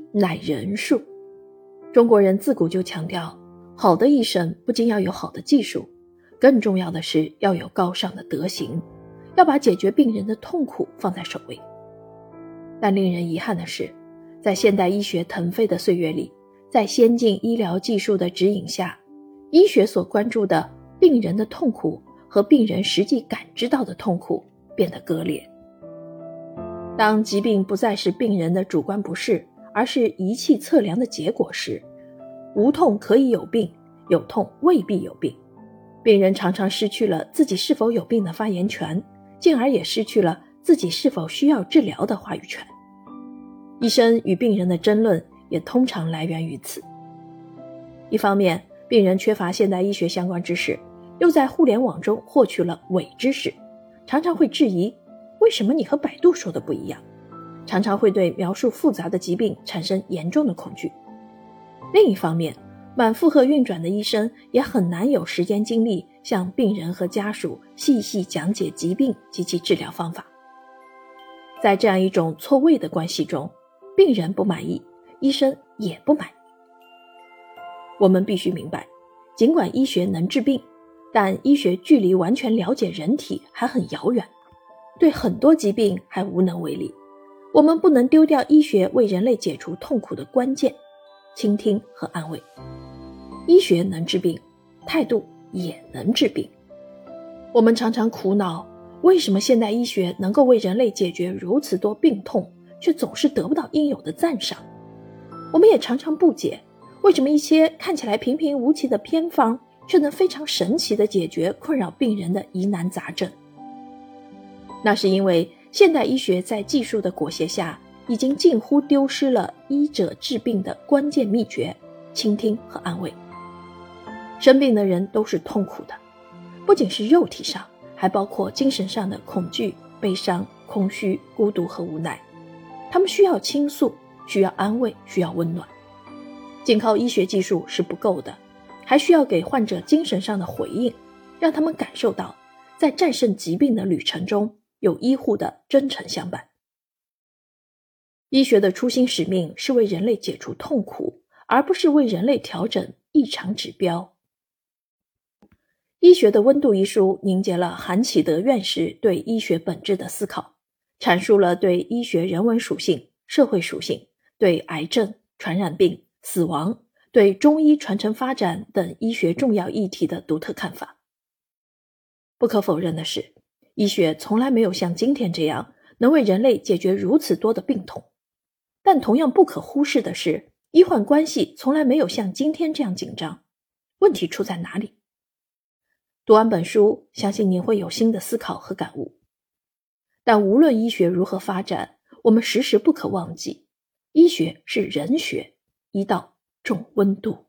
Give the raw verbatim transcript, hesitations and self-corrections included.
乃人术。中国人自古就强调，好的医生不仅要有好的技术，更重要的是要有高尚的德行，要把解决病人的痛苦放在首位。但令人遗憾的是，在现代医学腾飞的岁月里，在先进医疗技术的指引下，医学所关注的病人的痛苦和病人实际感知到的痛苦变得割裂。当疾病不再是病人的主观不适，而是仪器测量的结果时，无痛可以有病，有痛未必有病。病人常常失去了自己是否有病的发言权，进而也失去了自己是否需要治疗的话语权。医生与病人的争论也通常来源于此。一方面，病人缺乏现代医学相关知识，又在互联网中获取了伪知识，常常会质疑为什么你和百度说的不一样，常常会对描述复杂的疾病产生严重的恐惧。另一方面，满负荷运转的医生也很难有时间精力向病人和家属细细讲解疾病及其治疗方法。在这样一种错位的关系中，病人不满意，医生也不满意。我们必须明白，尽管医学能治病，但医学距离完全了解人体还很遥远，对很多疾病还无能为力。我们不能丢掉医学为人类解除痛苦的关键，倾听和安慰。医学能治病，态度也能治病。我们常常苦恼，为什么现代医学能够为人类解决如此多病痛，却总是得不到应有的赞赏？我们也常常不解，为什么一些看起来平平无奇的偏方，却能非常神奇地解决困扰病人的疑难杂症？那是因为现代医学在技术的裹挟下，已经近乎丢失了医者治病的关键秘诀：倾听和安慰。生病的人都是痛苦的，不仅是肉体上，还包括精神上的恐惧、悲伤、空虚、孤独和无奈。他们需要倾诉，需要安慰，需要温暖。仅靠医学技术是不够的，还需要给患者精神上的回应，让他们感受到在战胜疾病的旅程中有医护的真诚相伴。医学的初心使命是为人类解除痛苦，而不是为人类调整异常指标。医学的温度一书凝结了韩启德院士对医学本质的思考，阐述了对医学人文属性、社会属性、对癌症、传染病、死亡、对中医传承发展等医学重要议题的独特看法。不可否认的是，医学从来没有像今天这样能为人类解决如此多的病痛，但同样不可忽视的是，医患关系从来没有像今天这样紧张。问题出在哪里？读完本书，相信您会有新的思考和感悟。但无论医学如何发展，我们时时不可忘记，医学是人学，医道重温度。